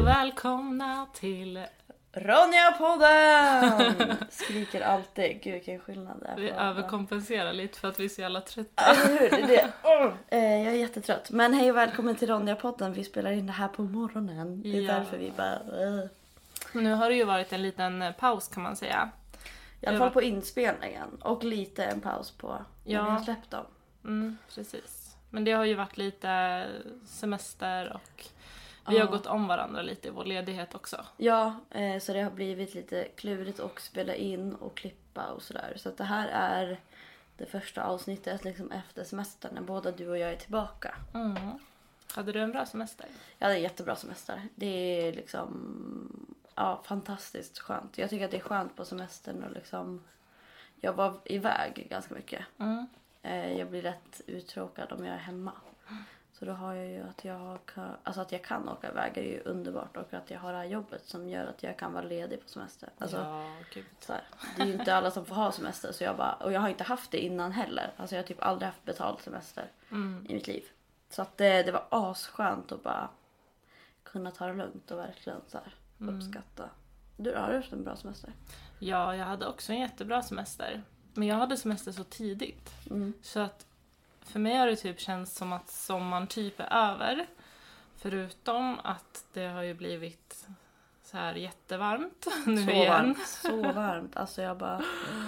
välkomna till Ronja-podden! Skriker alltid. Gud, vilken skillnad det är. Vi överkompenserar lite för att vi är så jävla trötta. Eller hur? Det är det. Jag är jättetrött. Men hej och välkommen till Ronja-podden. Vi spelar in det här på morgonen. Det är därför vi bara... Nu har det ju varit en liten paus kan man säga. I alla fall på inspelningen. Och lite en paus på när vi har släppt dem. Precis. Men det har ju varit lite semester och vi har gått om varandra lite i vår ledighet också. Ja, så det har blivit lite klurigt att spela in och klippa och sådär. Så att det här är det första avsnittet liksom efter semestern när båda du och jag är tillbaka. Hade du en bra semester? Jag hade en jättebra semester. Det är liksom fantastiskt skönt. Jag tycker att det är skönt på semestern och liksom jag var iväg ganska mycket. Jag blir rätt uttråkad om jag är hemma. Så då har jag ju att jag kan åka iväg är ju underbart och att jag har det här jobbet som gör att jag kan vara ledig på semester. Alltså, så här, det är ju inte alla som får ha semester så och jag har inte haft det innan heller. Alltså jag har typ aldrig haft betald semester i mitt liv. Så att det var asskönt att bara kunna ta det lugnt och verkligen så här uppskatta. Du har haft en bra semester? Ja, jag hade också en jättebra semester. Men jag hade semester så tidigt. Så att för mig har det typ känts som att sommaren typ är över. Förutom att det har ju blivit så här jättevarmt nu så igen. Så varmt. Alltså jag bara...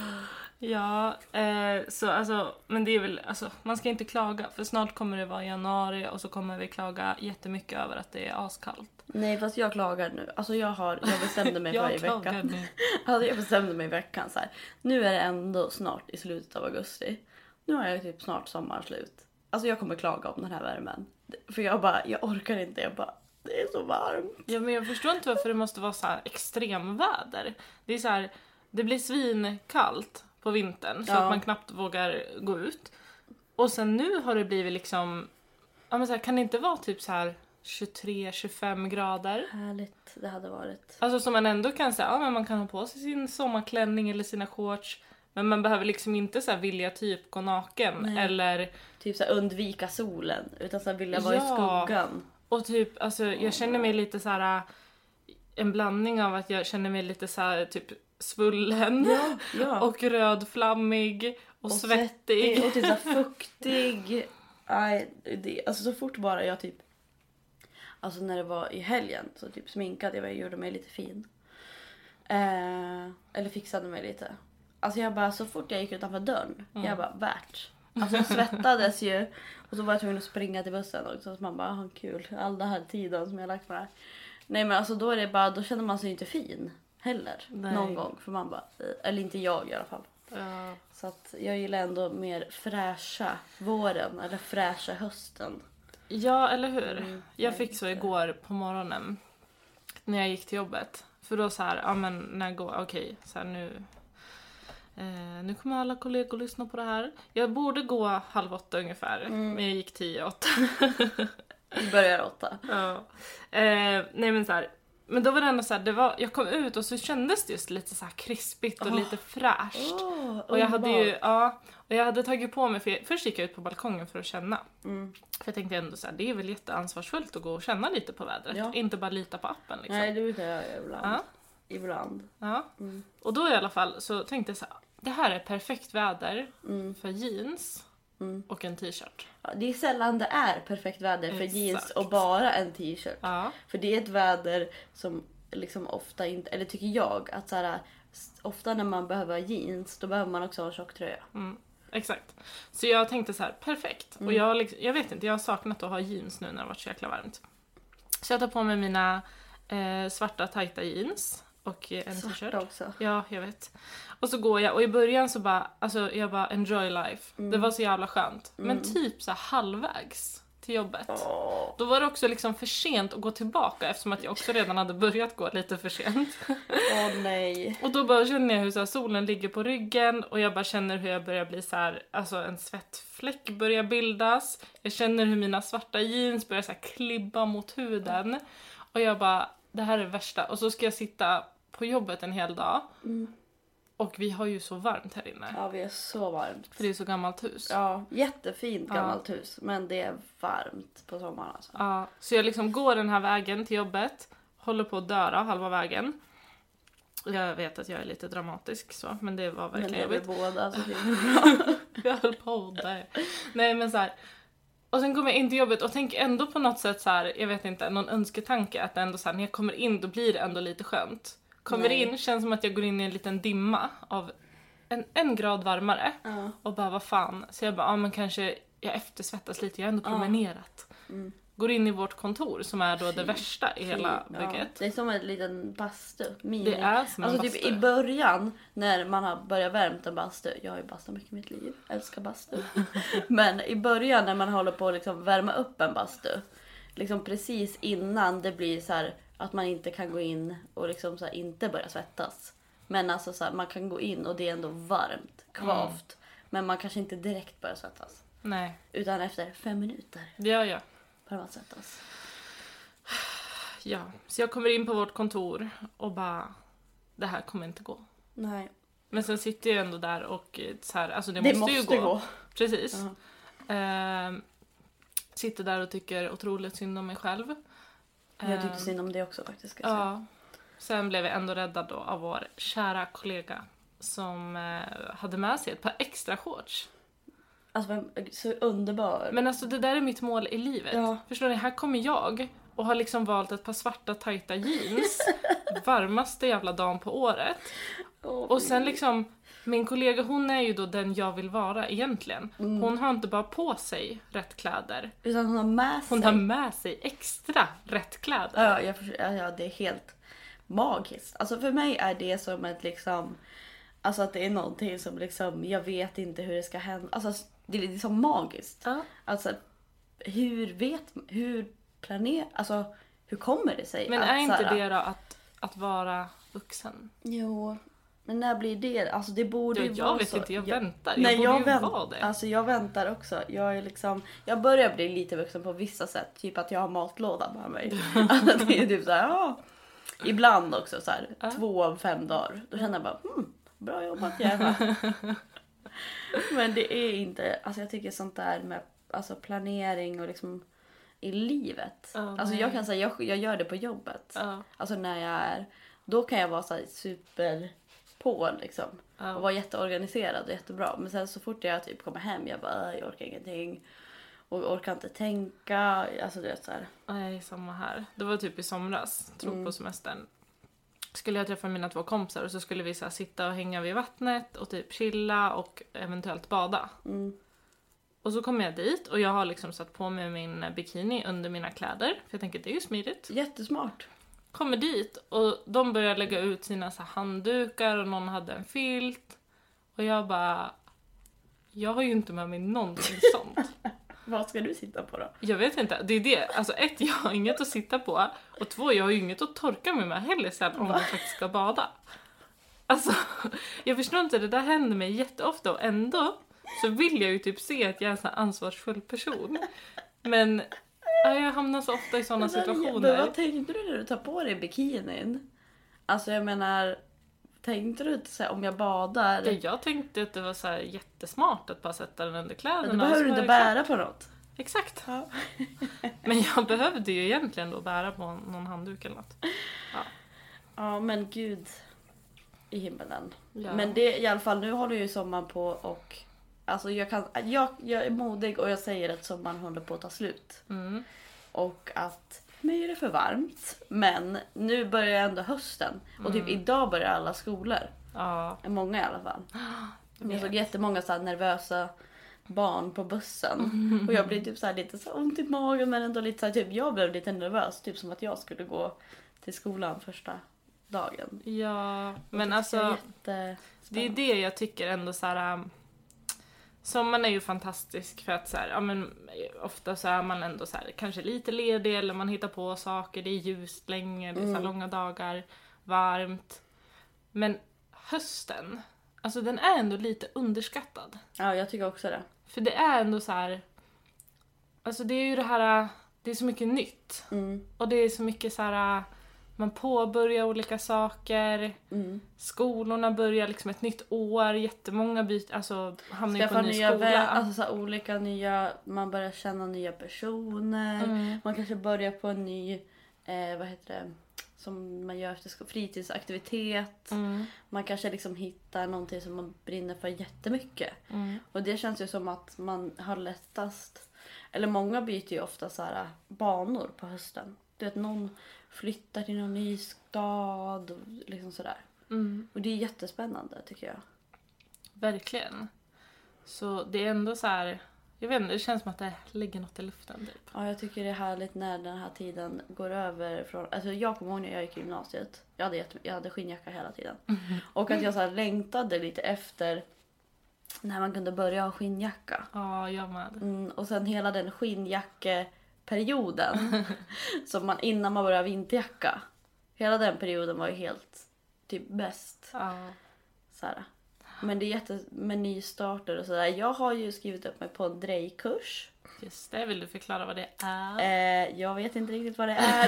Ja, så alltså, men det är väl, alltså, man ska inte klaga. För snart kommer det vara januari och så kommer vi klaga jättemycket över att det är askallt. Nej, fast jag klagar nu. Alltså jag bestämde mig för i veckan. Alltså jag bestämde mig i veckan så här. Nu är det ändå snart i slutet av augusti. Nu har jag typ snart sommarslut. Alltså jag kommer klaga om den här värmen. För jag orkar inte. Det är så varmt. Ja, men jag förstår inte varför det måste vara så här extremväder. Det är så här, det blir svinkallt på vintern så att man knappt vågar gå ut. Och sen nu har det blivit liksom, ja men så här, kan det inte vara typ så här 23-25 grader? Härligt, det hade varit. Alltså som man ändå kan säga, ja men man kan ha på sig sin sommarklänning eller sina shorts. Men man behöver liksom inte så här vilja typ gå naken. Nej. Eller typ så här undvika solen utan så här vilja vara i skuggan. Och typ, alltså jag känner mig lite så här en blandning av att jag känner mig lite så här typ svullen och rödflammig och svettig och typ så fuktig. Alltså så fort bara jag typ alltså när det var i helgen så typ sminkade jag mig och gjorde mig lite fin. Eller fixade mig lite. Alltså jag bara så fort jag gick utanför dörren jag bara värt. Alltså jag svettades ju och så var jag tvungen att springa till bussen också så man bara kul all den här tiden som jag lagt på det här. Nej men alltså då är det bara då känner man sig inte fin heller någon gång för man bara eller inte jag i alla fall. Ja. Så att jag gillar ändå mer fräscha våren eller fräscha hösten. Ja, eller hur? Jag fick så igår på morgonen när jag gick till jobbet. För då så här, ja men när jag går, okej, så här nu kommer alla kollegor lyssna på det här. Jag borde gå 7:30 ungefär, men jag gick 7:50. Börjar 8. Ja. Nej men så här, men då var det ändå så här, jag kom ut och så kändes det just lite så här krispigt och lite fräscht. Och jag hade ju, och jag hade tagit på mig, för först gick jag ut på balkongen för att känna. För jag tänkte ändå så här, det är väl jätteansvarsfullt att gå och känna lite på vädret. Ja. Inte bara lita på appen liksom. Nej, det brukar jag göra ibland. Ja. Och då i alla fall så tänkte jag så här, det här är perfekt väder för jeans och en t-shirt. Ja, det är sällan det är perfekt väder för jeans och bara en t-shirt. Ja. För det är ett väder som liksom ofta inte, eller tycker jag, att så här, ofta när man behöver jeans då behöver man också ha en tjocktröja. Exakt. Så jag tänkte så här, perfekt. Och jag vet inte, jag har saknat att ha jeans nu när det har varit så jäkla varmt. Så jag tar på mig mina svarta tajta jeans och en t-shirt också. Ja, jag vet. Och så går jag och i början så bara, alltså jag bara enjoy life. Det var så jävla skönt. Men typ så här halvvägs till jobbet. Då var det också liksom för sent att gå tillbaka eftersom att jag också redan hade börjat gå lite för sent. Nej. Och då bara känner jag hur så här, solen ligger på ryggen och jag bara känner hur jag börjar bli så här, alltså en svettfläck börjar bildas. Jag känner hur mina svarta jeans börjar så här klibba mot huden. Och jag bara, det här är det värsta. Och så ska jag sitta på jobbet en hel dag. Och vi har ju så varmt här inne. Ja, vi är så varmt. För det är så gammalt hus. Ja, jättefint gammalt hus. Men det är varmt på sommaren alltså. Ja, så jag liksom går den här vägen till jobbet. håller på att döra halva vägen. Jag vet att jag är lite dramatisk så, men det var verkligen jobbigt. Men det är vi båda, så det är bra. Jag höll på att dö. Nej men så här. Och sen kommer jag in till jobbet och tänker ändå på något sätt så här, jag vet inte, någon önsketanke att ändå så här, när jag kommer in då blir det ändå lite skönt. Kommer in, känns som att jag går in i en liten dimma av en grad varmare. Och bara, vad fan. Så jag bara, men kanske jag eftersvettas lite, jag har ändå promenerat. Går in i vårt kontor som är då det värsta i hela bygget. Det är som en liten bastu. Det är som en alltså bastu. Typ i början när man har börjat värmt en bastu. Jag har ju bastat mycket i mitt liv. Älskar bastu. Men i början när man håller på att liksom värma upp en bastu. Liksom precis innan det blir så här att man inte kan gå in och liksom så här inte börja svettas. Men alltså så här, man kan gå in och det är ändå varmt, kvavt. Men man kanske inte direkt börjar svettas. Nej. Utan efter 5 minuter. Ja. Börjar man svettas. Ja, så jag kommer in på vårt kontor och bara, det här kommer inte gå. Nej. Men sen sitter jag ändå där och så här, alltså Det måste ju gå. Precis. Sitter där och tycker otroligt synd om mig själv. Jag tyckte synd om det också faktiskt. Ja. Sen blev jag ändå räddad då av vår kära kollega som hade med sig ett par extra shorts. Alltså så underbar. Men alltså det där är mitt mål i livet. Ja. Förstår ni, här kommer jag och har liksom valt ett par svarta tajta jeans. Varmaste jävla dagen på året. Och sen liksom, min kollega hon är ju då den jag vill vara egentligen. Hon har inte bara på sig rätt kläder. Utan hon har med sig. Hon har med sig extra rätt kläder. Ja, det är helt magiskt. Alltså för mig är det som ett liksom, alltså att det är någonting som liksom, jag vet inte hur det ska hända. Alltså det är liksom magiskt. Ja. Alltså hur kommer det sig? Men att, är inte såhär, det då att vara vuxen? Jo, men när blir det? Alltså det borde ju jag vara vet så. inte, jag väntar. Nej, jag borde ju vara det. Alltså jag väntar också. Jag börjar bli lite vuxen på vissa sätt. Typ att jag har matlåda med mig. Alltså det är typ såhär, ibland också såhär, 2 av 5 dagar. Då känner jag bara, bra jobbat jävlar. Men det är inte, alltså jag tycker sånt där med alltså planering och liksom i livet. Alltså jag kan säga, jag gör det på jobbet. Alltså när jag är, då kan jag vara så här super på liksom. Och vara jätteorganiserad och jättebra. Men sen så fort jag typ kommer hem, jag bara, jag orkar ingenting. Och orkar inte tänka. Alltså det är så här. Nej, samma här. Det var typ i somras, på semestern. Skulle jag träffa mina 2 kompisar och så skulle vi så här, sitta och hänga vid vattnet och typ chilla och eventuellt bada. Och så kommer jag dit och jag har liksom satt på mig min bikini under mina kläder. För jag tänker, det är ju smidigt. Jättesmart. Kommer dit och de börjar lägga ut sina så här, handdukar och någon hade en filt. Och jag bara, jag har ju inte med mig någonting sånt. Vad ska du sitta på då? Jag vet inte, det är det. Alltså 1, jag har inget att sitta på. Och 2, jag har ju inget att torka mig med heller sen om jag faktiskt ska bada. Alltså, jag förstår inte, det där händer mig jätteofta och ändå så vill jag ju typ se att jag är en sån här ansvarsfull person. Men jag hamnar så ofta i sådana situationer. Men vad tänkte du när du tar på dig bikinin? Alltså jag menar, tänkte du inte så här, om jag badar? Ja, jag tänkte att det var så här jättesmart att bara sätta den under kläderna. Då behöver du inte bära på något. Exakt. Ja. Men jag behövde ju egentligen då bära på någon handduk eller något. Ja, men gud i himmelen. Ja. Men det i alla fall, nu håller ju sommaren på och alltså jag är modig och jag säger att sommaren håller på att ta slut. Och att nu är det för varmt. Men nu börjar ändå hösten. Och typ idag börjar alla skolor. Ja. Många i alla fall. Jag såg jättemånga så här nervösa barn på bussen. Och jag blev typ så här lite så ont i magen. Men ändå lite så här, typ jag blev lite nervös. Typ som att jag skulle gå till skolan första dagen. Ja, men alltså det är det jag tycker ändå så här. Sommaren är ju fantastisk för att så här, ja men ofta så är man ändå så här, kanske lite ledig eller man hittar på saker, det är ljust länge, det är så här långa dagar, varmt. Men hösten, alltså den är ändå lite underskattad. Ja, jag tycker också det. För det är ändå så här, alltså det är ju det här, det är så mycket nytt. Och det är så mycket så här, man påbörjar olika saker. Skolorna börjar liksom ett nytt år. Jättemånga hamnar ju på en ny skola. Alltså så här, olika nya, man börjar känna nya personer. Man kanske börjar på en ny som man gör efter fritidsaktivitet. Man kanske liksom hittar någonting som man brinner för jättemycket. Och det känns ju som att man har lättast, eller många byter ju ofta så här banor på hösten. Du vet, någon flyttar till någon ny stad och liksom sådär. Och det är jättespännande tycker jag. Verkligen. Så det är ändå så här, jag vet inte, det känns som att det ligger något i luften typ. Ja, jag tycker det är härligt när den här tiden går över från, alltså jag kommer ihåg när jag gick i gymnasiet. Jag hade skinnjacka hela tiden. Och att jag så här längtade lite efter när man kunde börja ha skinnjacka. Ja, jag med. Och sen hela den skinnjackeperioden som man innan man började vinterjacka. Hela den perioden var ju helt typ bäst. Ja. Så här. Men det är med nystarter och sådär. Jag har ju skrivit upp mig på en drejkurs. Just det, vill du förklara vad det är? Jag vet inte riktigt vad det är.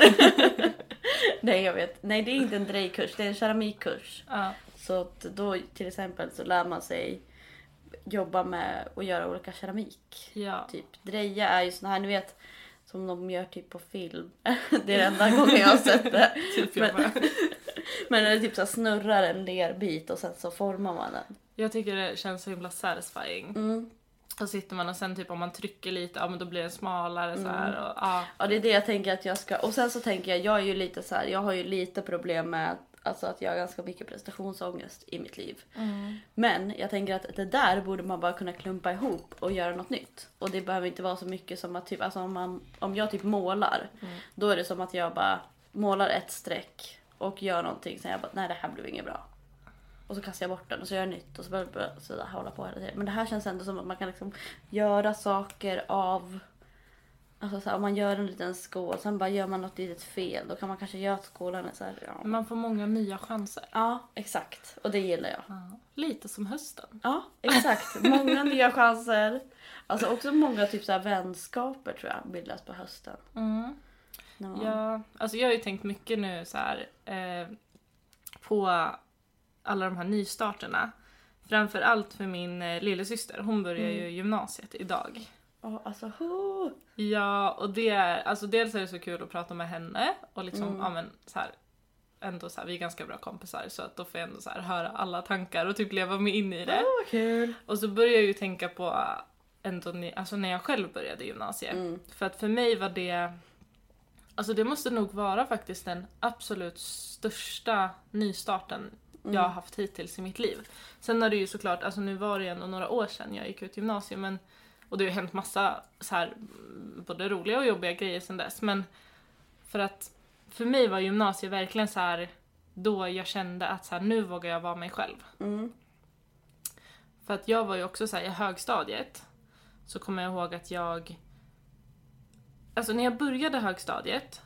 Nej, det är inte en drejkurs, det är en keramikkurs. Så att då till exempel så lär man sig jobba med att göra olika keramik. Ja. Typ dreja är ju sån här, ni vet, som de gör typ på film. Det är den enda gången jag har sett det. Typ men det är typ så snurrar en lerbit och sen så formar man den. Jag tycker det känns så himla satisfying. Och sitter man och sen typ om man trycker lite, ja men då blir den smalare så här och Ja, det är det jag tänker att jag ska. Och sen så tänker jag är ju lite så här, jag har ju lite problem med alltså att jag har ganska mycket prestationsångest i mitt liv. Men jag tänker att det där borde man bara kunna klumpa ihop och göra något nytt. Och det behöver inte vara så mycket som att typ, alltså om jag typ målar, då är det som att jag bara målar ett streck och gör någonting, sen jag bara, nej det här blev inget bra. Och så kastar jag bort den och så gör jag nytt och så börjar jag hålla på hela tiden. Men det här känns ändå som att man kan liksom göra saker av, alltså så här, om man gör en liten skål, sen bara gör man något litet fel, då kan man kanske göra att skålen är så här, ja. Man får många nya chanser. Ja, exakt. Och det gillar jag. Ja. Lite som hösten. Ja, exakt. Många nya chanser. Alltså också många typ så här vänskaper tror jag bildas på hösten. Ja, alltså jag har ju tänkt mycket nu så här på alla de här nystarterna. Framförallt för min lillasyster. Hon börjar ju gymnasiet idag. Alltså, Ja, och det är, alltså dels är det så kul att prata med henne och liksom, ja men så här, ändå så här, vi är ganska bra kompisar så att då får jag ändå så här höra alla tankar och typ leva mig in i det. vad kul. Och så börjar jag ju tänka på ändå, alltså när jag själv började gymnasiet. För att för mig var det, alltså det måste nog vara faktiskt den absolut största nystarten jag har haft hittills i mitt liv. Sen är det ju såklart, alltså nu var det ändå några år sedan jag gick ut gymnasium, men, och det har ju hänt massa så här, både roliga och jobbiga grejer sedan dess, men för att för mig var gymnasiet verkligen så här, då jag kände att så här, nu vågar jag vara mig själv. För att jag var ju också så här, i högstadiet så kommer jag ihåg att alltså när jag började högstadiet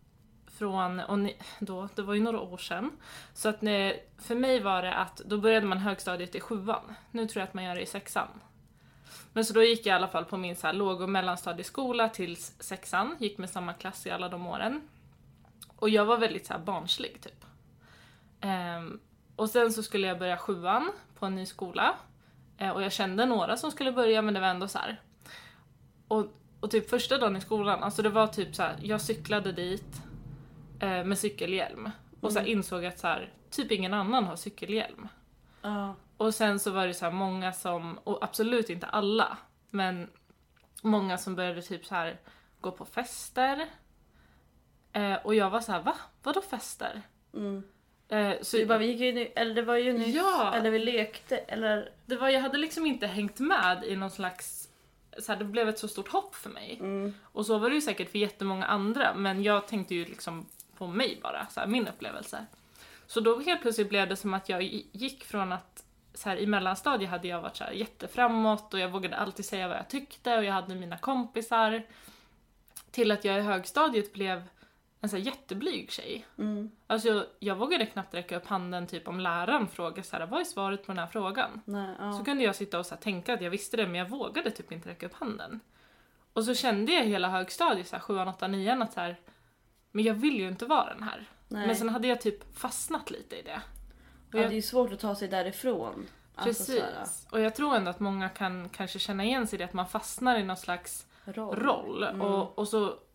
det var ju några år sedan. Så att för mig var det att då började man högstadiet i 7:an. Nu tror jag att man gör det i 6:an. Men så då gick jag i alla fall på min så här låg- och mellanstadieskola till 6:an. Gick med samma klass i alla de åren. Och jag var väldigt så här barnslig typ. Och sen så skulle jag börja 7:an på en ny skola. Och jag kände några som skulle börja, men det var ändå så här. Och typ första dagen i skolan, alltså det var typ så här, jag cyklade dit med cykelhjälm. Och så här insåg att så här, typ ingen annan har cykelhjälm. Och sen så var det så här många som, och absolut inte alla, men många som började typ så här gå på fester. Och jag var så här, va? Vadå fester? Så det var eller det var ju nyss, eller vi lekte, eller jag hade liksom inte hängt med i någon slags så här, det blev ett så stort hopp för mig. Och så var det ju säkert för jättemånga andra, men jag tänkte ju liksom på mig bara, så här, min upplevelse. Så då helt plötsligt blev det som att jag gick från att så här, i mellanstadiet hade jag varit så här jätteframåt och jag vågade alltid säga vad jag tyckte och jag hade mina kompisar, till att jag i högstadiet blev en så här jätteblyg tjej. Alltså jag vågade knappt räcka upp handen typ om läraren frågade så här, vad är svaret på den här frågan? Så kunde jag sitta och så här, tänka att jag visste det, men jag vågade typ inte räcka upp handen. Och så kände jag hela högstadiet så här 7, 8, 9 att så här, men jag vill ju inte vara den här. Nej. Men sen hade jag typ fastnat lite i det. Och det är ju svårt att ta sig därifrån. Precis. Alltså, och jag tror ändå att många kan kanske känna igen sig i det, att man fastnar i någon slags roll. Och så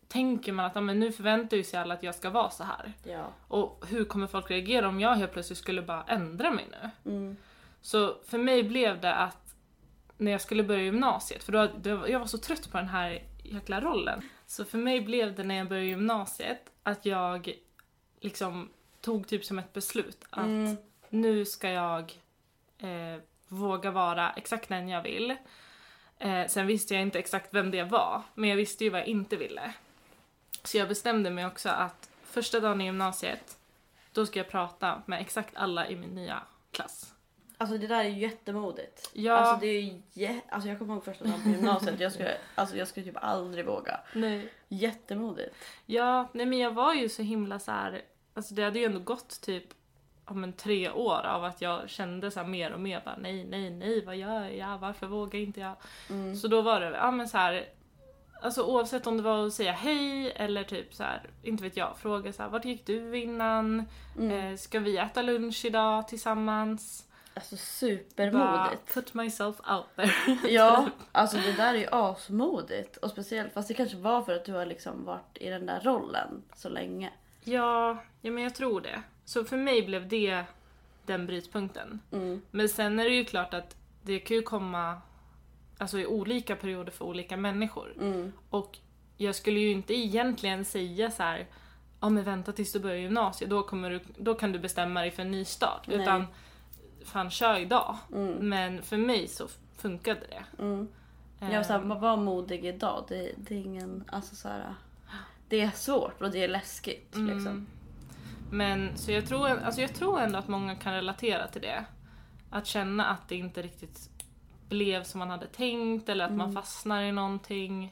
tänker man att men nu förväntar ju sig alla att jag ska vara så här. Ja. Och hur kommer folk reagera om jag helt plötsligt skulle bara ändra mig nu? Mm. Så för mig blev det att när jag skulle börja gymnasiet, för jag var så trött på den här jäkla rollen. Så för mig blev det när jag började gymnasiet att jag liksom tog typ som ett beslut att nu ska jag våga vara exakt den jag vill. Sen visste jag inte exakt vem det var, men jag visste ju vad jag inte ville. Så jag bestämde mig också att första dagen i gymnasiet, då ska jag prata med exakt alla i min nya klass. Alltså det där är ju jättemodigt. Ja. Alltså det är ju alltså jag kommer ihåg första dagen på gymnasiet. Jag skulle typ aldrig våga. Nej. Jättemodigt. Ja, nej men jag var ju så himla så här. Alltså det hade ju ändå gått typ 3 år av att jag kände så här mer och mer bara nej, vad gör jag? Varför vågar inte jag? Så då var det men så här, alltså oavsett om det var att säga hej eller typ så här, inte vet jag, fråga så här, vart gick du innan? Ska vi äta lunch idag tillsammans? Alltså supermodigt. Put myself out there. Ja, alltså det där är ju asmodigt. Och speciellt, fast det kanske var för att du har liksom varit i den där rollen så länge. Ja, men jag tror det. Så för mig blev det den brytpunkten. Men sen är det ju klart att det kan ju komma alltså i olika perioder för olika människor. Och jag skulle ju inte egentligen säga så här, men vänta tills du börjar gymnasiet, då kan du bestämma dig för en ny start. Nej. Utan fan, kör idag. Men för mig så funkade det. Jag så här, var modig idag. Det är ingen, alltså så här, det är svårt och det är läskigt liksom. Men så jag tror ändå att många kan relatera till det. Att känna att det inte riktigt blev som man hade tänkt eller att man fastnar i någonting.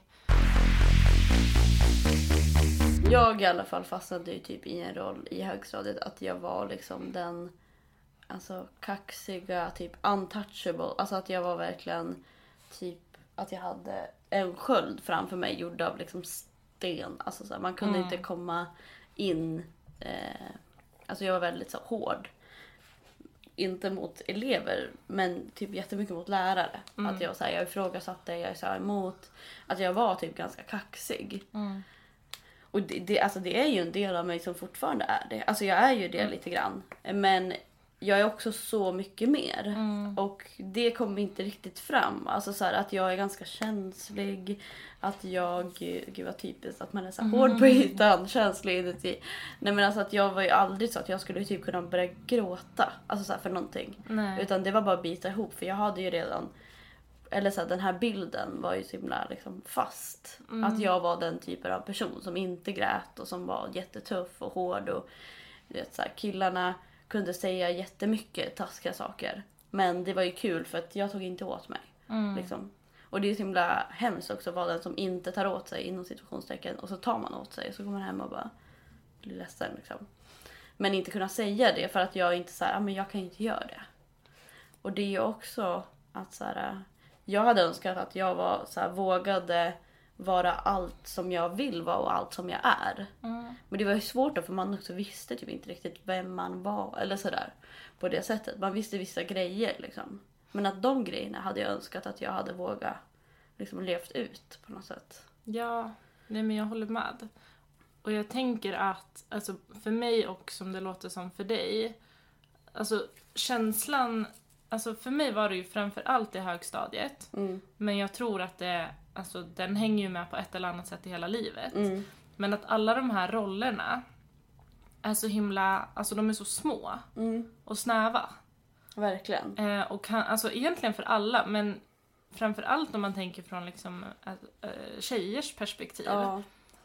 Jag i alla fall fastnade ju typ i en roll i högstadiet att jag var liksom den alltså kaxiga, typ untouchable. Alltså att jag var verkligen typ att jag hade en sköld framför mig gjord av liksom sten. Alltså så här, man kunde inte komma in. Alltså jag var väldigt så hård. Inte mot elever, men typ jättemycket mot lärare. Att jag, så här, jag ifrågasatte, jag sa emot. Att jag var typ ganska kaxig. Och det är ju en del av mig som fortfarande är det. Alltså jag är ju det lite grann. Men jag är också så mycket mer. Och det kommer inte riktigt fram. Alltså så här, att jag är ganska känslig. Att jag, gud vad typiskt att man är så här hård på ytan, känslig inuti. Nej men alltså att jag var ju aldrig så att jag skulle typ kunna börja gråta. Alltså så här för någonting. Nej. Utan det var bara att bita ihop. För jag hade ju redan, eller så här, den här bilden var ju så himla liksom fast. Att jag var den typen av person som inte grät och som var jättetuff och hård. Och vet, så här, killarna kunde säga jättemycket taskiga saker. Men det var ju kul för att jag tog inte åt mig. Liksom. Och det är så himla hemskt också att vara den som inte tar åt sig inom situationstecken. Och så tar man åt sig och så kommer man hem och bara blir ledsen liksom. Men inte kunna säga det för att jag inte så här, men jag kan inte göra det. Och det är ju också att så här, jag hade önskat att jag var så här, vågade vara allt som jag vill vara och allt som jag är. Men det var ju svårt då, för man också visste typ inte riktigt vem man var eller sådär på det sättet. Man visste vissa grejer liksom. Men att de grejerna hade jag önskat att jag hade vågat liksom levt ut på något sätt. Ja, nej men jag håller med. Och jag tänker att alltså för mig och som det låter som för dig, alltså känslan, alltså för mig var det ju framför allt i högstadiet. Men jag tror att alltså den hänger ju med på ett eller annat sätt i hela livet. Men att alla de här rollerna är så himla, alltså de är så små och snäva. Verkligen. Och alltså egentligen för alla, men framför allt om man tänker från liksom tjejers perspektiv. Ja.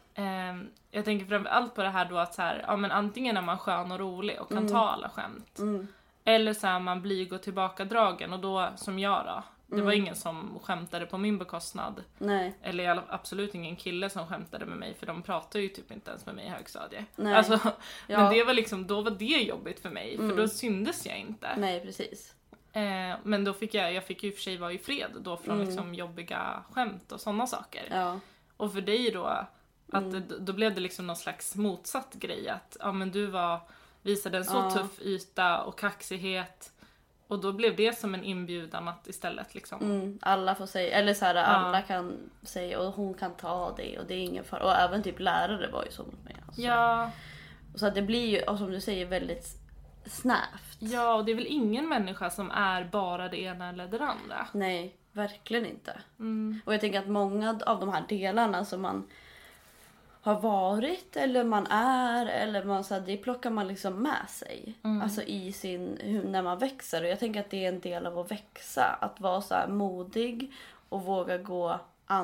Jag tänker framför allt på det här då att så här, men antingen är man skön och rolig och kan ta alla skämt. Eller så är man blyg och tillbakadragen och då, som jag då, det var ingen som skämtade på min bekostnad. Nej. Eller absolut ingen kille som skämtade med mig, för de pratade ju typ inte ens med mig i högstadiet. Nej. Alltså, Ja. men det var liksom, då var det jobbigt för mig, för då syndes jag inte. Nej, precis. Men då fick jag fick ju i och för sig vara i fred då från liksom jobbiga skämt och sådana saker. Ja. Och för dig då, att då blev det liksom någon slags motsatt grej, att men du visade en så tuff yta och kaxighet. Och då blev det som en inbjudan att istället liksom... Alla får säga, eller så här, alla kan säga och hon kan ta det och det är ingen fara. Och även typ lärare var ju så mot mig. Alltså. Ja. Så att det blir ju, och som du säger, väldigt snävt. Ja, och det är väl ingen människa som är bara det ena eller det andra. Nej, verkligen inte. Och jag tänker att många av de här delarna som man har varit eller man är eller man, så här, det plockar man liksom med sig. Alltså i sin, när man växer. Och jag tänker att det är en del av att växa. Att vara så här modig och våga gå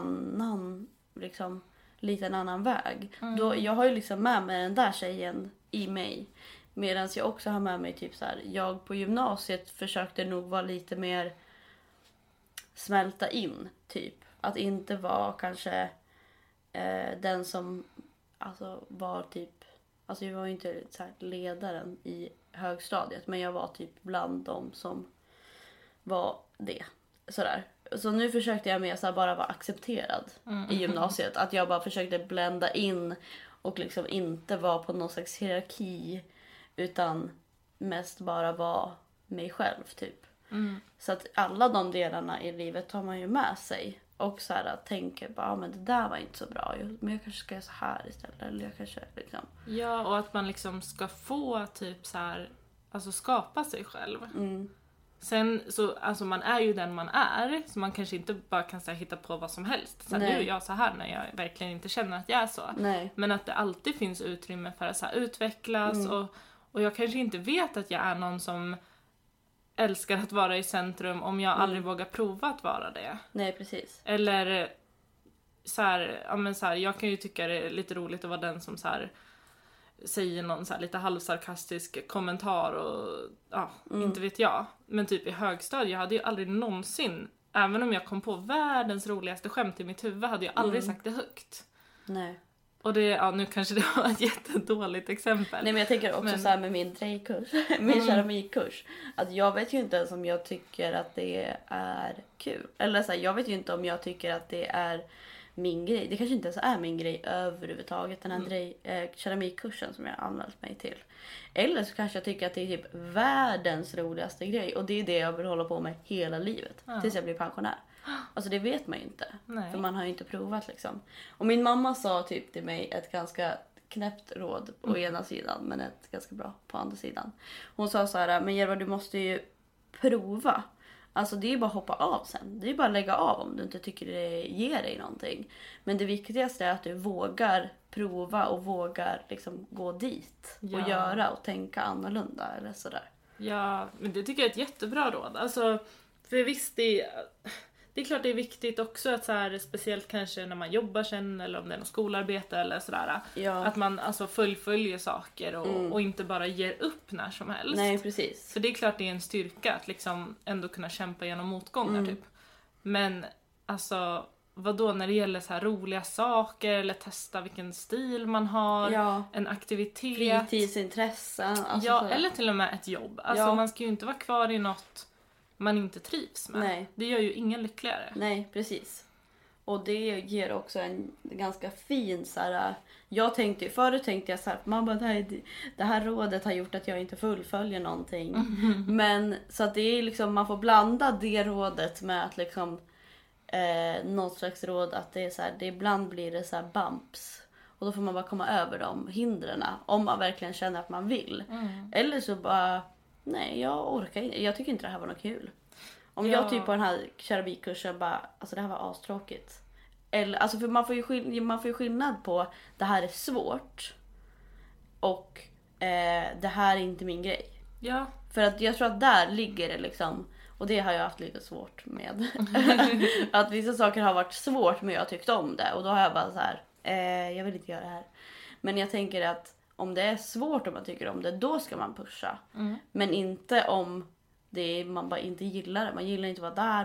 liksom lite en annan väg. Då, jag har ju liksom med mig den där tjejen i mig. Medan jag också har med mig typ så här, jag på gymnasiet försökte nog vara lite mer smälta in typ. Att inte vara kanske den som alltså var typ, alltså jag var ju inte så här ledaren i högstadiet, men jag var typ bland dem som var det. Sådär. Så nu försökte jag mer så här bara vara accepterad i gymnasiet. Att jag bara försökte blända in och liksom inte vara på någon slags hierarki, utan mest bara vara mig själv typ. Så att alla de delarna i livet tar man ju med sig. Och så här tänker bara, men det där var inte så bra. Men jag kanske ska göra så här istället. Eller jag kanske liksom... Ja, och att man liksom ska få typ så här, alltså skapa sig själv. Sen så, alltså man är ju den man är. Så man kanske inte bara kan så här, hitta på vad som helst. Sen nu är jag så här när jag verkligen inte känner att jag är så. Nej. Men att det alltid finns utrymme för att så här, utvecklas. Och jag kanske inte vet att jag är någon som älskar att vara i centrum om jag aldrig vågar prova att vara det. Nej, precis. Eller så här, ja men så här, jag kan ju tycka det är lite roligt att vara den som så här säger någon så här lite halvsarkastisk kommentar och ja, inte vet jag. Men typ i högstadiet, jag hade ju aldrig någonsin, även om jag kom på världens roligaste skämt i mitt huvud, hade jag aldrig sagt det högt. Nej. Och det, ja, nu kanske det var ett jättedåligt exempel. Nej, men jag tänker också så här med min drejkurs, min keramikkurs, att jag vet ju inte ens om jag tycker att det är kul. Eller så här, jag vet ju inte om jag tycker att det är min grej. Det kanske inte ens är min grej överhuvudtaget, den här keramikkursen som jag har anmält mig till. Eller så kanske jag tycker att det är typ världens roligaste grej. Och det är det jag vill hålla på med hela livet. Tills jag blir pensionär. Alltså det vet man ju inte. Nej. För man har ju inte provat liksom. Och min mamma sa typ till mig ett ganska knäppt råd på ena sidan. Men ett ganska bra på andra sidan. Hon sa så här, men Jerva, du måste ju prova. Alltså det är ju bara att hoppa av sen. Det är ju bara att lägga av om du inte tycker det ger dig någonting. Men det viktigaste är att du vågar prova och vågar liksom gå dit. Och göra och tänka annorlunda eller sådär. Ja, men det tycker jag är ett jättebra råd. Alltså, för visst det är klart det är viktigt också att så här, speciellt kanske när man jobbar sen eller om det är något skolarbete eller sådär. Ja. Att man alltså fullföljer saker och inte bara ger upp när som helst. Nej, precis. För det är klart det är en styrka att liksom ändå kunna kämpa genom motgångar typ. Men alltså vadå när det gäller så här roliga saker eller testa vilken stil man har, en aktivitet. Fritidsintressen. Alltså ja, eller till och med ett jobb. Alltså man ska ju inte vara kvar i något man inte trivs med. Nej. Det gör ju ingen lyckligare. Nej, precis. Och det ger också en ganska fin så här. Förut tänkte jag så här, mamma, det här rådet har gjort att jag inte fullföljer någonting. Men så att det är liksom, man får blanda det rådet med att liksom något slags råd att det är så här, det ibland blir det så här bumps. Och då får man bara komma över de hindren om man verkligen känner att man vill. Eller så bara, nej, jag orkar inte. Jag tycker inte det här var något kul. Om jag typ på den här keramikkursen bara, alltså det här var astråkigt. Eller, alltså för man får ju skillnad på det här är svårt och det här är inte min grej. Ja. För att jag tror att där ligger det liksom, och det har jag haft lite svårt med. Att vissa saker har varit svårt men jag har tyckt om det. Och då har jag bara så här, jag vill inte göra det här. Men jag tänker att om det är svårt och man tycker om det, då ska man pusha. Men inte om man bara inte gillar det. Man gillar inte att vara där,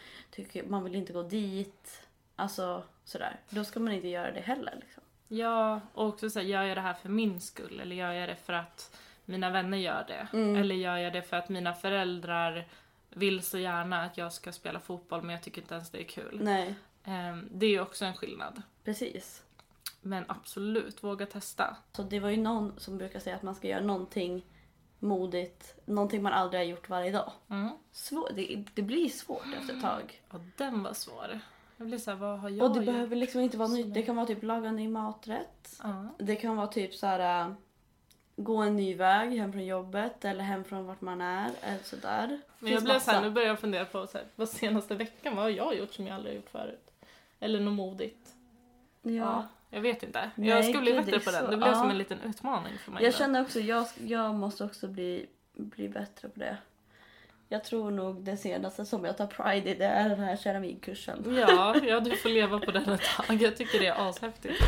man vill inte gå dit. Alltså sådär. Då ska man inte göra det heller liksom. Ja, och också så här, gör jag det här för min skull? Eller gör jag det för att mina vänner gör det? Eller gör jag det för att mina föräldrar vill så gärna att jag ska spela fotboll, men jag tycker inte ens det är kul? Nej. Det är ju också en skillnad. Precis. Men absolut, våga testa. Så det var ju någon som brukar säga att man ska göra någonting modigt. Någonting man aldrig har gjort varje dag. Mm. Det blir svårt efter ett tag. Och den var svår. Jag blir såhär, vad har jag Och det gjort? behöver liksom inte vara nytt. Det kan vara typ laga en ny maträtt. Det kan vara typ så här gå en ny väg hem från jobbet eller hem från vart man är eller sådär. Men jag blev såhär, nu börjar jag fundera på så här, vad senaste veckan, vad har jag gjort som jag aldrig har gjort förut? Eller något modigt. Ja, jag vet inte. Nej, jag ska bli gud, bättre på den. Det blev som en liten utmaning för mig. Jag känner också, jag måste också bli bättre på det. Jag tror nog det senaste som jag tar pride i, det är den här keramikkursen. Ja, du får leva på den ett tag. Jag tycker det är ashäftigt.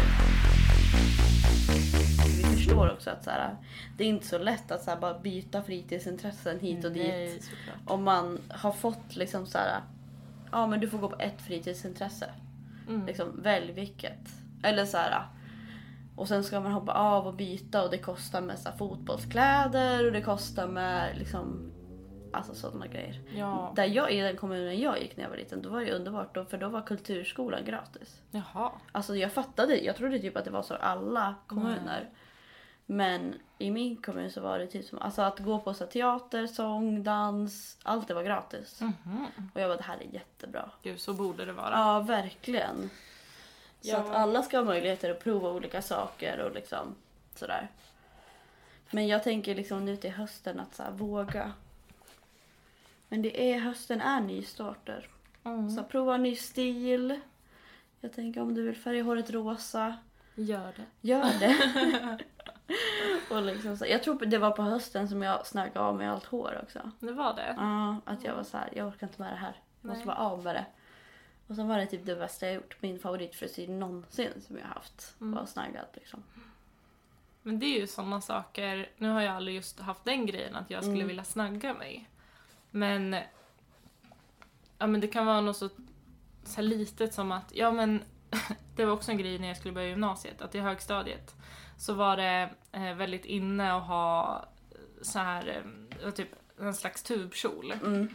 Vi förstår också att så här, det är inte så lätt att så här, bara byta fritidsintressen hit och Nej, dit. såklart. Om man har fått liksom så här, ja men du får gå på ett fritidsintresse. Liksom, välj vilket. Eller så här, och sen ska man hoppa av och byta och det kostar med så här, fotbollskläder och det kostar med liksom, alltså sådana grejer. Ja. Där i den kommunen jag gick när jag var liten, då var det underbart då, för då var kulturskolan gratis. Jaha. Alltså jag trodde typ att det var så i alla kommuner. Men i min kommun så var det typ som, alltså att gå på så här, teater, sång, dans, allt det var gratis. Och jag bara, det här är jättebra. Gud, så borde det vara. Ja, verkligen. Så Ja. att alla ska ha möjligheter att prova olika saker och liksom sådär. Men jag tänker liksom nu till hösten att så här, våga. Men hösten är nystarter. Så prova en ny stil. Jag tänker om du vill färga håret rosa. Gör det. Gör det. Och liksom så, jag tror det var på hösten som jag snaggade av mig allt hår också. Det var det? Ja, att jag var så här, jag orkar inte med det här. Jag måste vara av med det. Och sen var det typ det bästa jag gjort. Min favoritfrisyr någonsin som jag haft. Var snaggad liksom. Men det är ju sådana saker. Nu har jag aldrig just haft den grejen att jag skulle vilja snagga mig. Men det kan vara något så här litet som att det var också en grej när jag skulle börja gymnasiet, att i högstadiet så var det väldigt inne att ha så här typ en slags tubkjol.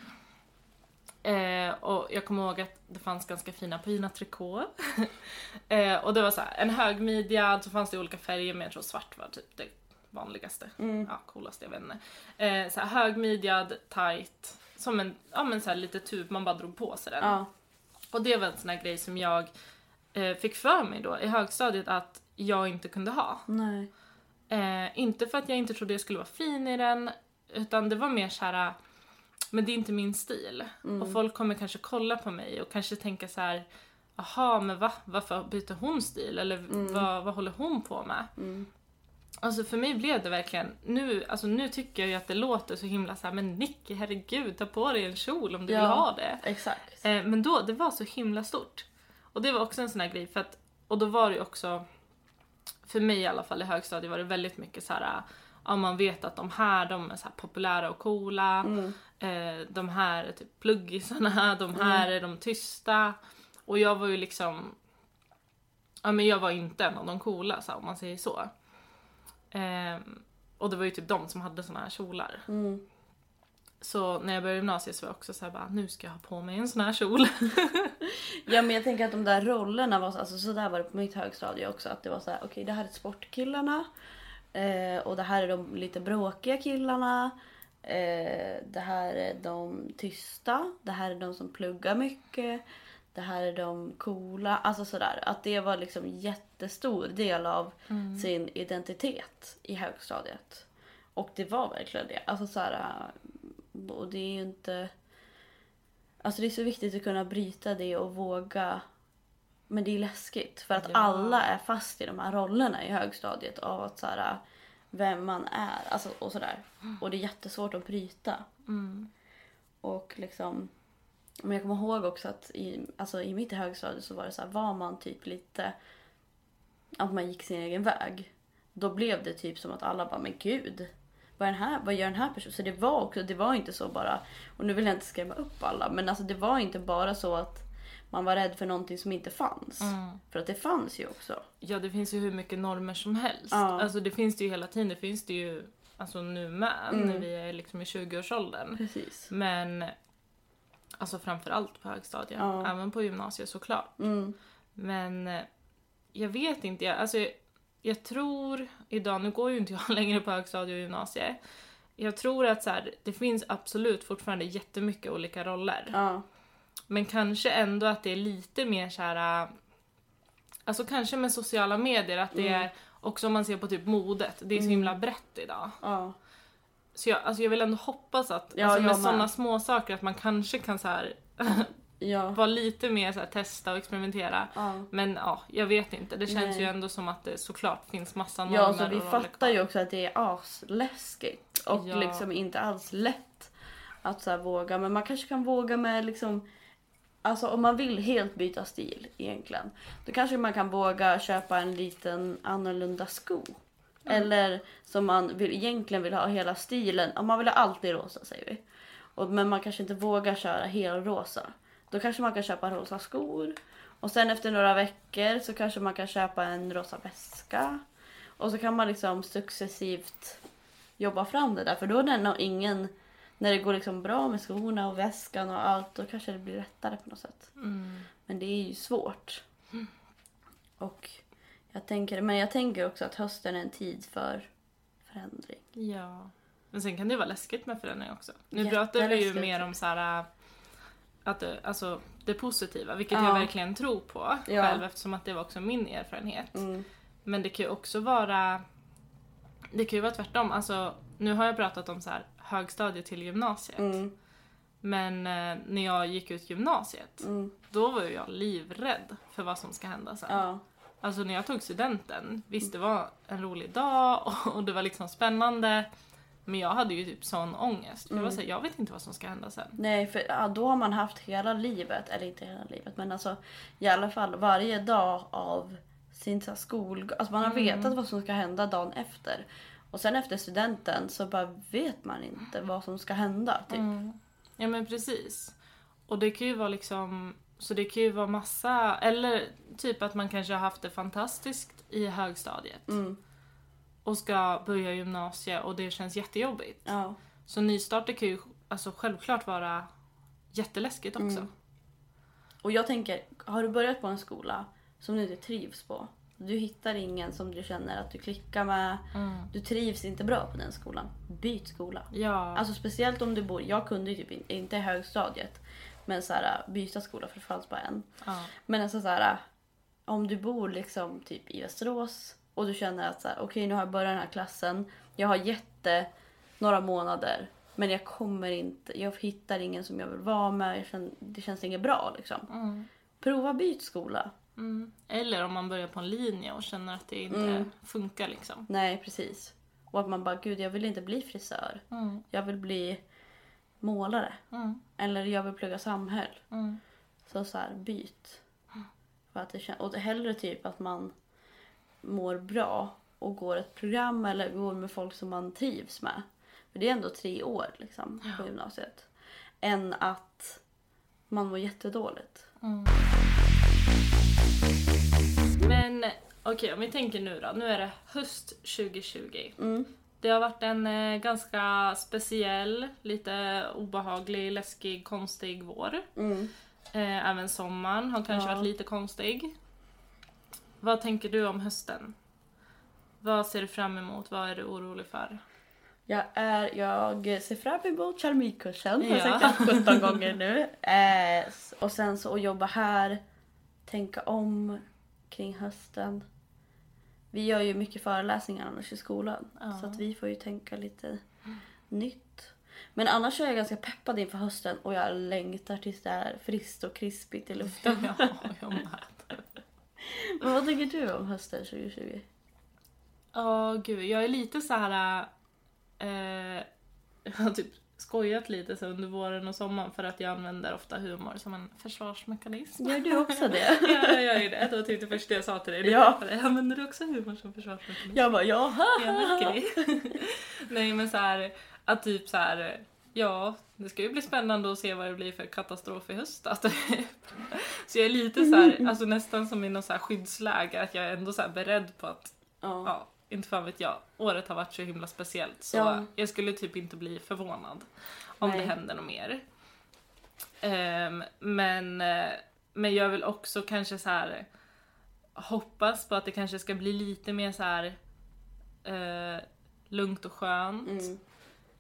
Och jag kommer ihåg att det fanns ganska fina trikå. Och det var så här, en högmidjad, så fanns det olika färger, men jag tror svart var typ det vanligaste. Ja, coolaste, jag vet inte. Så här, högmidjad, tight, som en så här lite tub, man bara drog på sig den. Ja. Och det var en sån här grej som jag fick för mig då i högstadiet att jag inte kunde ha. Nej. Inte för att jag inte trodde jag skulle vara fin i den, utan det var mer så här, men det är inte min stil. Och folk kommer kanske kolla på mig och kanske tänka så här, aha, men varför byter hon stil? Eller vad håller hon på med? Alltså för mig blev det verkligen, nu tycker jag ju att det låter så himla så här, men Nicky, herregud, ta på dig en kjol om du vill ha det. Exakt. Men då, det var så himla stort. Och det var också en sån här grej, och då var det ju också, för mig i alla fall i högstadiet var det väldigt mycket så här, man vet att de är så här populära och coola. De här är typ pluggisarna, de här är de tysta. Och jag var ju liksom, men jag var inte en av de coola, så om man säger så. Och det var ju typ de som hade såna här kjolar. Så när jag började gymnasiet så var jag också så här, bara, nu ska jag ha på mig en sån här kjol. Ja, men jag tänker att de där rollerna var alltså, så där var det på mitt högstadie också, att det var så här, okej, det här är sportkillarna och det här är de lite bråkiga killarna, det här är de tysta, det här är de som pluggar mycket, det här är de coola, alltså sådär, att det var liksom en jättestor del av sin identitet i högstadiet. Och det var verkligen det, alltså såhär, och det är ju inte, alltså det är så viktigt att kunna bryta det och våga, men det är läskigt för att alla är fast i de här rollerna i högstadiet av att såhär, vem man är, alltså och sådär, och det är jättesvårt att bryta. Och liksom, men jag kommer ihåg också att i mitt högstadie så var det så här, var man typ lite, att man gick sin egen väg, då blev det typ som att alla bara, men gud, vad gör den här personen? Så det var inte så bara, och nu vill jag inte skrämma upp alla, men alltså det var inte bara så att man var rädd för någonting som inte fanns. För att det fanns ju också. Ja, det finns ju hur mycket normer som helst. Alltså det finns det ju hela tiden, det finns det ju alltså nu med, när vi är liksom i 20-årsåldern. Precis. Men alltså framförallt på högstadiet, även på gymnasiet såklart. Men jag vet inte, jag tror idag, nu går ju inte jag längre på högstadiet och gymnasiet. jag tror att så här, det finns absolut fortfarande jättemycket olika roller. Ja. Men kanske ändå att det är lite mer så här, alltså kanske med sociala medier att det är också om man ser på typ modet, det är så himla brett idag. Ja. Så jag vill ändå hoppas att Ja, alltså jag med med. sådana små saker att man kanske kan så här Ja. vara lite mer så här, testa och experimentera. Ja. Men ja, jag vet inte. Det känns Nej. ju ändå som att det såklart finns massa normer. Ja, så vi och roller fattar kvar. ju också att det är asläskigt. Och Ja. liksom inte alls lätt att så här våga. Men man kanske kan våga med liksom... Alltså om man vill helt byta stil egentligen. Då kanske man kan våga köpa en liten annorlunda sko. Eller som man egentligen vill ha hela stilen. Om man vill ha allt i rosa säger vi. Men man kanske inte vågar köra hel rosa. Då kanske man kan köpa rosa skor. Och sen efter några veckor så kanske man kan köpa en rosa väska. Och så kan man liksom successivt jobba fram det där. För då är det nog ingen... När det går liksom bra med skorna och väskan och allt, då kanske det blir lättare på något sätt. Men det är ju svårt. Och jag tänker också att hösten är en tid för förändring. Ja. Men sen kan det ju vara läskigt med förändring också. Nu pratar vi ju Jätteläskigt. mer om så här att alltså det positiva, vilket Ja. jag verkligen tror på Ja. själv eftersom att det var också min erfarenhet. Mm. Men det kan ju också vara tvärtom. Alltså nu har jag pratat om så här högstadiet till gymnasiet. Mm. Men när jag gick ut gymnasiet, Mm. då var ju jag livrädd för vad som ska hända sen. Ja. Alltså när jag tog studenten, visst det var en rolig dag och det var liksom spännande. Men jag hade ju typ sån ångest. Jag var så här, jag vet inte vad som ska hända sen. Nej, för då har man haft hela livet, eller inte hela livet, men alltså i alla fall varje dag av sin så här skol... Alltså man har vetat vad som ska hända dagen efter. Och sen efter studenten så bara vet man inte vad som ska hända, typ. Ja men precis. Och det kan ju vara liksom, så det kan ju vara massa, eller typ att man kanske har haft det fantastiskt i högstadiet. Och ska börja gymnasiet och det känns jättejobbigt. Ja. Så nystarter kan ju alltså självklart vara jätteläskigt också. Och jag tänker, har du börjat på en skola som du inte trivs på? Du hittar ingen som du känner att du klickar med. Du trivs inte bra på den skolan. Byt skola. Ja. Alltså speciellt om du bor... Jag kunde ju typ inte i högstadiet. Men så här, byta skola för det fanns bara en. Ja. Men alltså så här, om du bor liksom typ i Västerås. Och du känner att så här, okej, nu har jag börjat den här klassen. Jag har några månader. Men jag hittar ingen som jag vill vara med. Det känns inget bra liksom. Prova byt skola. Eller om man börjar på en linje och känner att det inte funkar liksom. Nej, precis. Och att man bara, gud, jag vill inte bli frisör. Jag vill bli målare. Eller jag vill plugga samhäll. Så här, byt. För att och hellre typ att man mår bra och går ett program eller går med folk som man trivs med. För det är ändå 3 år liksom på gymnasiet. Än att man mår jättedåligt. Men okej, om vi tänker nu då. Nu är det höst 2020. Det har varit en ganska speciell, lite obehaglig, läskig, konstig vår. Även sommaren har kanske varit lite konstig. Vad tänker du om hösten? Vad ser du fram emot? Vad är du orolig för? Jag ser fram emot keramikkursen. Jag Ja. har sagt det 17 gånger nu. Och sen så att jobba här. Tänka om kring hösten. Vi gör ju mycket föreläsningar annars i skolan. Så att vi får ju tänka lite nytt. Men annars är jag ganska peppad inför hösten. Och jag längtar tills det är friskt och krispigt i luften. Ja, jag med. Men vad tänker du om hösten 2020? Ja, gud. Jag är lite så här. Jag har typ skojat lite så under våren och sommaren för att jag använder ofta humor som en försvarsmekanism. Gör du också det? Ja, jag gör ju det. Det var typ det första jag sa till dig. Ja. Använder du också humor som försvarsmekanism? Jag bara, jaha. Jag märker det. Nej, men så här, att typ så här, ja, det ska ju bli spännande att se vad det blir för katastrof i höst. Så jag är lite så här, alltså nästan som i någon så här skyddsläge, att jag är ändå så här beredd på att, ja, inte fan vet jag, året har varit så himla speciellt. Så jag skulle typ inte bli förvånad om det händer något mer. Men jag vill också kanske så här hoppas på att det kanske ska bli lite mer så här lugnt och skönt.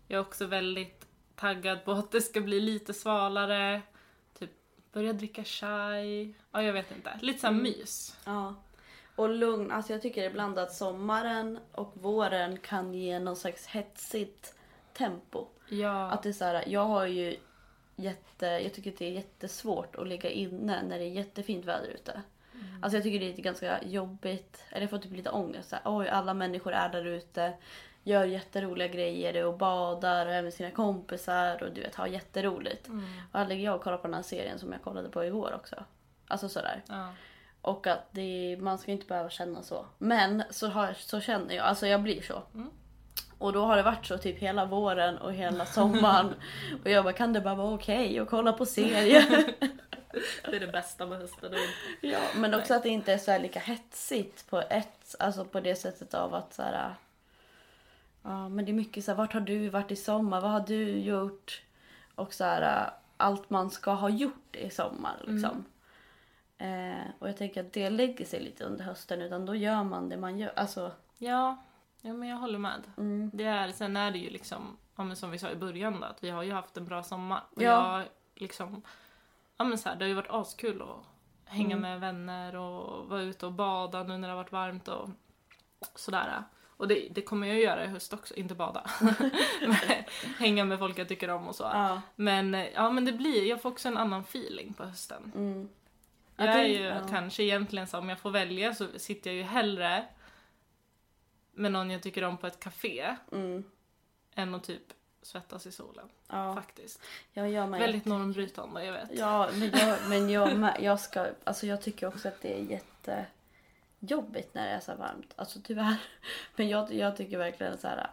Jag är också väldigt taggad på att det ska bli lite svalare. Typ börja dricka chai. Ja, jag vet inte. Lite så här mys. Ja. Och lugn. Alltså jag tycker ibland att sommaren och våren kan ge någon slags hetsigt tempo. Ja. Att det är så här, jag tycker att det är jättesvårt att ligga inne när det är jättefint väder ute. Alltså jag tycker det är ganska jobbigt. Eller jag får typ lite ångest. Så här, oj, alla människor är där ute. Gör jätteroliga grejer och badar och är med sina kompisar. Och du vet, har jätteroligt. Och här ligger jag och kollar på den här serien som jag kollade på igår också. Alltså sådär. Ja. Och att man ska inte behöva känna så. Men så känner jag. Alltså jag blir så. Och då har det varit så typ hela våren och hela sommaren. Och jag bara, kan det bara vara okej och kolla på serier? Det är det bästa med hösten. Ja, men också att det inte är så här lika hetsigt alltså på det sättet av att så här, ja, men det är mycket så här, vart har du varit i sommar? Vad har du gjort? Och så här, allt man ska ha gjort i sommar liksom. Och jag tänker att det lägger sig lite under hösten, utan då gör man det man gör. Alltså, ja, men jag håller med. Sen är det ju liksom, ja, men som vi sa i början då, att vi har ju haft en bra sommar. Och jag liksom, ja men så här, det har ju varit askul att hänga med vänner och vara ute och bada nu när det har varit varmt och sådär. Och det kommer jag göra i höst också, inte bada. Men hänga med folk jag tycker om och så. Ja. Men det blir, jag får också en annan feeling på hösten. Jag är ju kanske egentligen så, om jag får välja så sitter jag ju hellre med någon jag tycker om på ett café än att typ svettas i solen. Ja. Faktiskt. Väldigt normbrytande, jag vet. Ja, men jag tycker också att det är jättejobbigt när det är så varmt. Alltså tyvärr. Men jag tycker verkligen så här,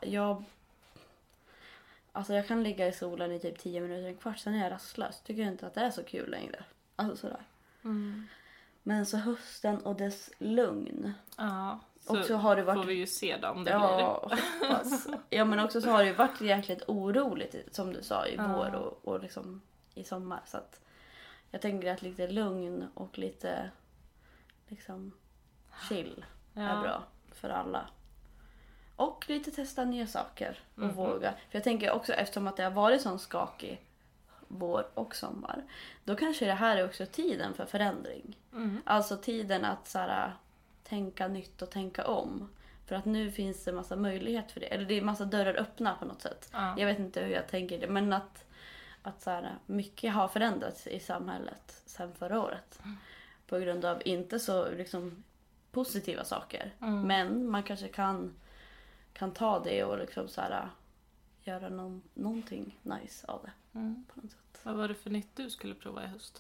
jag kan ligga i solen i typ 10 minuter, en kvart, sen är jag rastlös. Tycker inte att det är så kul längre. Alltså sådär. Men så hösten och dess lugn. Ja. Och så har det varit... får vi ju se då om det blir det. Ja, men också så har det varit jäkligt oroligt, som du sa, i vår och liksom i sommar. Så att jag tänker att lite lugn och lite liksom chill är bra för alla. Och lite testa nya saker och våga. För jag tänker också, eftersom att det har varit sån skakig vår och sommar, då kanske det här är också tiden för förändring. Alltså tiden att så här, tänka nytt och tänka om. För att nu finns det massa möjlighet för det. Eller det är massa dörrar öppna på något sätt. Jag vet inte hur jag tänker det. Men att så här, mycket har förändrats i samhället sedan förra året. På grund av inte så liksom positiva saker. Men man kanske kan ta det och liksom så här, göra någonting nice av det. På något sätt. Vad var det för nytt du skulle prova i höst?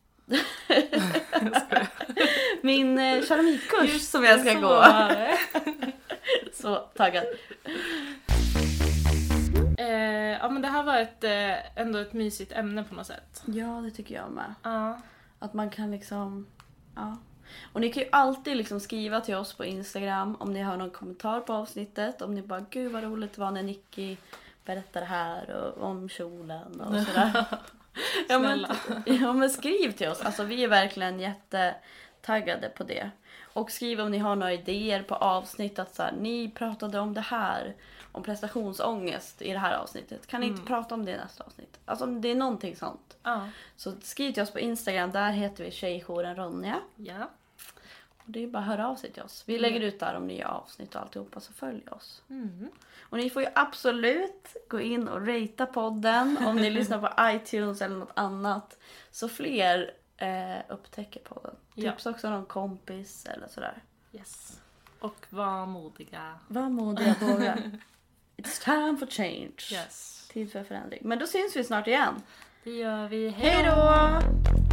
Min keramikkurs som jag ska gå. Så taggad. Ja, men det här var ändå ett mysigt ämne på något sätt. Ja, det tycker jag med. Att man kan liksom... Ja. Och ni kan ju alltid liksom skriva till oss på Instagram om ni har någon kommentar på avsnittet. Om ni bara, gud vad roligt det var när Nicky berättade här och om kjolen och sådär. Men skriv till oss. Alltså vi är verkligen jättetaggade på det. Och skriv om ni har några idéer på avsnitt. Att så här, ni pratade om det här. Om prestationsångest i det här avsnittet. Kan ni inte prata om det i nästa avsnitt? Alltså om det är någonting sånt. Så skriv till oss på Instagram. Där heter vi Tjejjouren Ronja. Ja. Och det är bara att höra av sig till oss. Vi lägger ut där om nya avsnitt och alltihopa, så följ oss. Och ni får ju absolut gå in och ratea podden om ni lyssnar på iTunes eller något annat. Så fler upptäcker podden. Tipsa också någon kompis eller sådär. Yes. Och var modiga. Var modiga, våga. It's time for change. Yes. Tid för förändring. Men då syns vi snart igen. Det gör vi. Hej då!